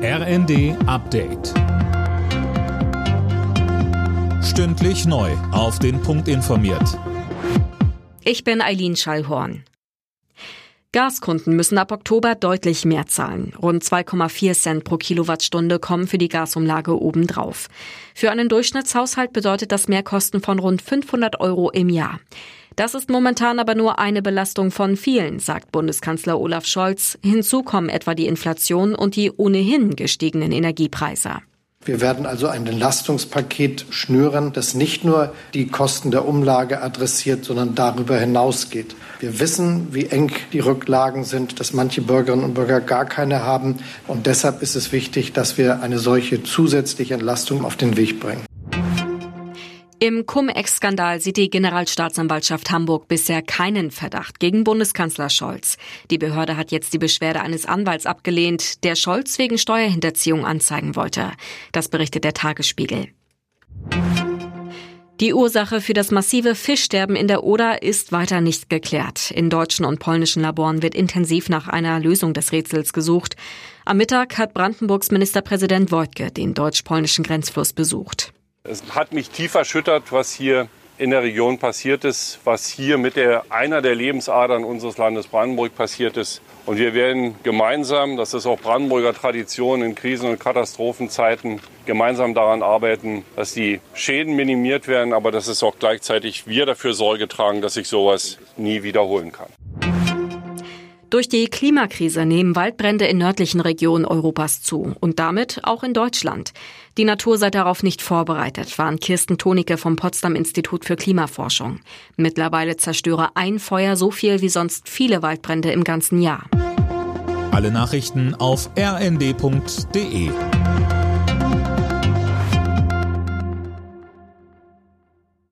RND Update. Stündlich neu auf den Punkt informiert. Ich bin Eileen Schallhorn. Gaskunden müssen ab Oktober deutlich mehr zahlen. Rund 2,4 Cent pro Kilowattstunde kommen für die Gasumlage obendrauf. Für einen Durchschnittshaushalt bedeutet das Mehrkosten von rund 500 € im Jahr. Das ist momentan aber nur eine Belastung von vielen, sagt Bundeskanzler Olaf Scholz. Hinzu kommen etwa die Inflation und die ohnehin gestiegenen Energiepreise. Wir werden also ein Entlastungspaket schnüren, das nicht nur die Kosten der Umlage adressiert, sondern darüber hinausgeht. Wir wissen, wie eng die Rücklagen sind, dass manche Bürgerinnen und Bürger gar keine haben. Und deshalb ist es wichtig, dass wir eine solche zusätzliche Entlastung auf den Weg bringen. Im Cum-Ex-Skandal sieht die Generalstaatsanwaltschaft Hamburg bisher keinen Verdacht gegen Bundeskanzler Scholz. Die Behörde hat jetzt die Beschwerde eines Anwalts abgelehnt, der Scholz wegen Steuerhinterziehung anzeigen wollte. Das berichtet der Tagesspiegel. Die Ursache für das massive Fischsterben in der Oder ist weiter nicht geklärt. In deutschen und polnischen Laboren wird intensiv nach einer Lösung des Rätsels gesucht. Am Mittag hat Brandenburgs Ministerpräsident Wojtke den deutsch-polnischen Grenzfluss besucht. Es hat mich tief erschüttert, was hier in der Region passiert ist, was hier mit einer der Lebensadern unseres Landes Brandenburg passiert ist. Und wir werden gemeinsam, das ist auch Brandenburger Tradition in Krisen- und Katastrophenzeiten, gemeinsam daran arbeiten, dass die Schäden minimiert werden, aber dass es auch gleichzeitig wir dafür Sorge tragen, dass sich sowas nie wiederholen kann. Durch die Klimakrise nehmen Waldbrände in nördlichen Regionen Europas zu und damit auch in Deutschland. Die Natur sei darauf nicht vorbereitet, warnt Kirsten Tonicke vom Potsdam Institut für Klimaforschung. Mittlerweile zerstöre ein Feuer so viel wie sonst viele Waldbrände im ganzen Jahr. Alle Nachrichten auf rnd.de.